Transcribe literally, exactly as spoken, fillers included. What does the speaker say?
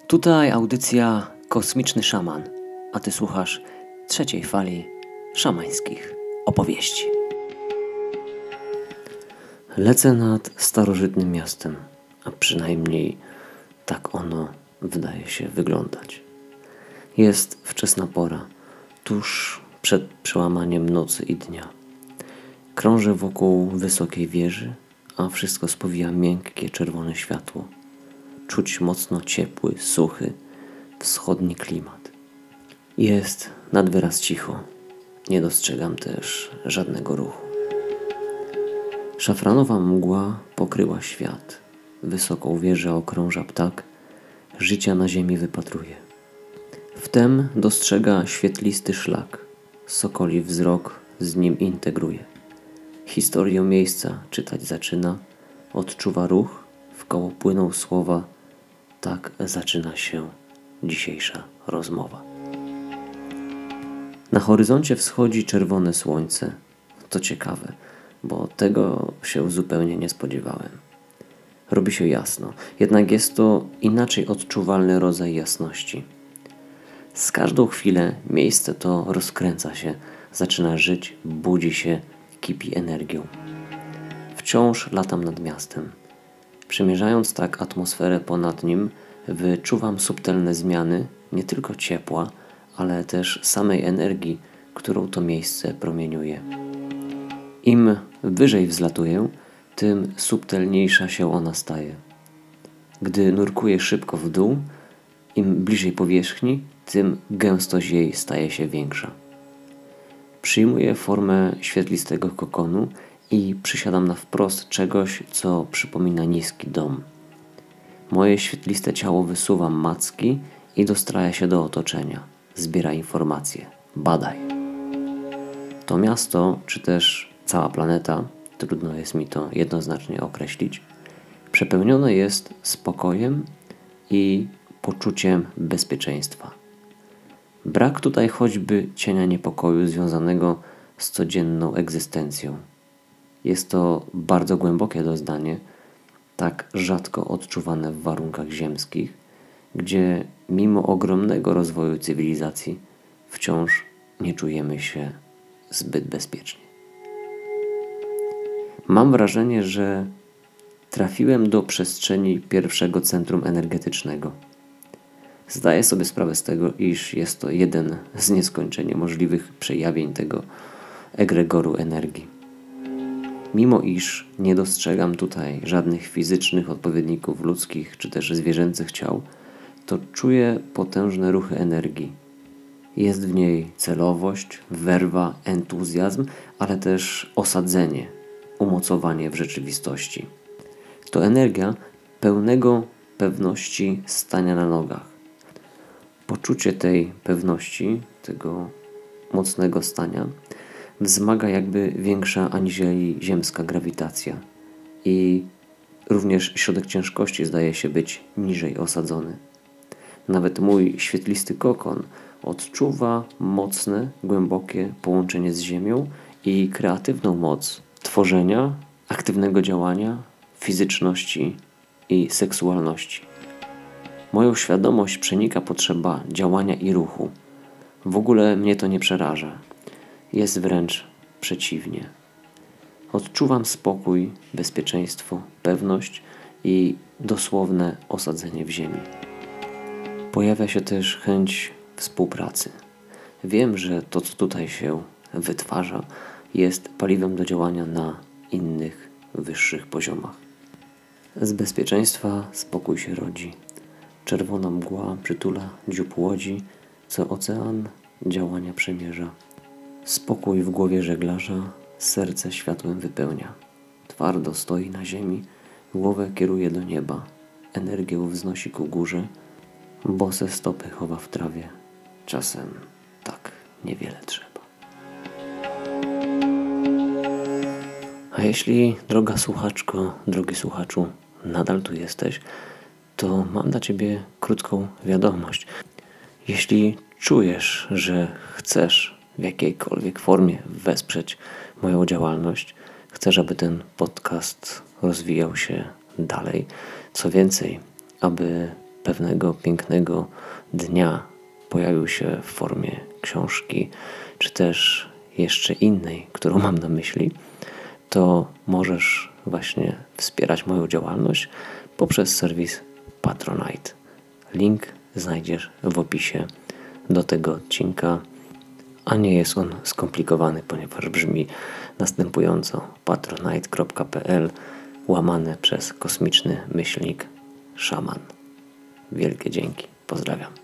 Tutaj audycja Kosmiczny Szaman, a Ty słuchasz trzeciej fali szamańskich opowieści. Lecę nad starożytnym miastem, a przynajmniej tak ono wydaje się wyglądać. Jest wczesna pora, tuż przed przełamaniem nocy i dnia. Krążę wokół wysokiej wieży, a wszystko spowija miękkie czerwone światło. Czuć mocno ciepły, suchy, wschodni klimat. Jest nad wyraz cicho. Nie dostrzegam też żadnego ruchu. Szafranowa mgła pokryła świat. Wysoką wieżę okrąża ptak. Życia na ziemi wypatruje. Wtem dostrzega świetlisty szlak. Sokoli wzrok z nim integruje. Historię miejsca czytać zaczyna. Odczuwa ruch. Wkoło płyną słowa. Tak zaczyna się dzisiejsza rozmowa. Na horyzoncie wschodzi czerwone słońce. To ciekawe, bo tego się zupełnie nie spodziewałem. Robi się jasno, jednak jest to inaczej odczuwalny rodzaj jasności. Z każdą chwilę miejsce to rozkręca się, zaczyna żyć, budzi się, kipi energią. Wciąż latam nad miastem. Przemierzając tak atmosferę ponad nim, wyczuwam subtelne zmiany, nie tylko ciepła, ale też samej energii, którą to miejsce promieniuje. Im wyżej wzlatuję, tym subtelniejsza się ona staje. Gdy nurkuję szybko w dół, im bliżej powierzchni, tym gęstość jej staje się większa. Przyjmuję formę świetlistego kokonu i przysiadam na wprost czegoś, co przypomina niski dom. Moje świetliste ciało wysuwa macki i dostraja się do otoczenia. Zbiera informacje. Badaj. To miasto, czy też cała planeta, trudno jest mi to jednoznacznie określić, przepełnione jest spokojem i poczuciem bezpieczeństwa. Brak tutaj choćby cienia niepokoju związanego z codzienną egzystencją. Jest to bardzo głębokie doznanie, tak rzadko odczuwane w warunkach ziemskich, gdzie mimo ogromnego rozwoju cywilizacji wciąż nie czujemy się zbyt bezpiecznie. Mam wrażenie, że trafiłem do przestrzeni pierwszego centrum energetycznego. Zdaję sobie sprawę z tego, iż jest to jeden z nieskończenie możliwych przejawień tego egregoru energii. Mimo iż nie dostrzegam tutaj żadnych fizycznych odpowiedników ludzkich czy też zwierzęcych ciał, to czuję potężne ruchy energii. Jest w niej celowość, werwa, entuzjazm, ale też osadzenie, umocowanie w rzeczywistości. To energia pełnego pewności stania na nogach. Poczucie tej pewności, tego mocnego stania, wzmaga jakby większa aniżeli ziemska grawitacja i również środek ciężkości zdaje się być niżej osadzony. Nawet mój świetlisty kokon odczuwa mocne, głębokie połączenie z ziemią i kreatywną moc tworzenia, aktywnego działania, fizyczności i seksualności. Moją świadomość przenika potrzeba działania i ruchu. W ogóle mnie to nie przeraża. Jest wręcz przeciwnie. Odczuwam spokój, bezpieczeństwo, pewność i dosłowne osadzenie w ziemi. Pojawia się też chęć współpracy. Wiem, że to, co tutaj się wytwarza, jest paliwem do działania na innych, wyższych poziomach. Z bezpieczeństwa spokój się rodzi. Czerwona mgła przytula dziób łodzi, co ocean działania przemierza. Spokój w głowie żeglarza, serce światłem wypełnia. Twardo stoi na ziemi, głowę kieruje do nieba. Energię wznosi ku górze, bose stopy chowa w trawie. Czasem tak niewiele trzeba. A jeśli, droga słuchaczko, drogi słuchaczu, nadal tu jesteś, to mam dla Ciebie krótką wiadomość. Jeśli czujesz, że chcesz w jakiejkolwiek formie wesprzeć moją działalność, chcesz, aby ten podcast rozwijał się dalej, co więcej, aby pewnego pięknego dnia pojawił się w formie książki, czy też jeszcze innej, którą mam na myśli, to możesz właśnie wspierać moją działalność poprzez serwis Patronite. Link znajdziesz w opisie do tego odcinka, a nie jest on skomplikowany, ponieważ brzmi następująco: patronite kropka pl łamane przez kosmiczny myślnik szaman. Wielkie dzięki. Pozdrawiam.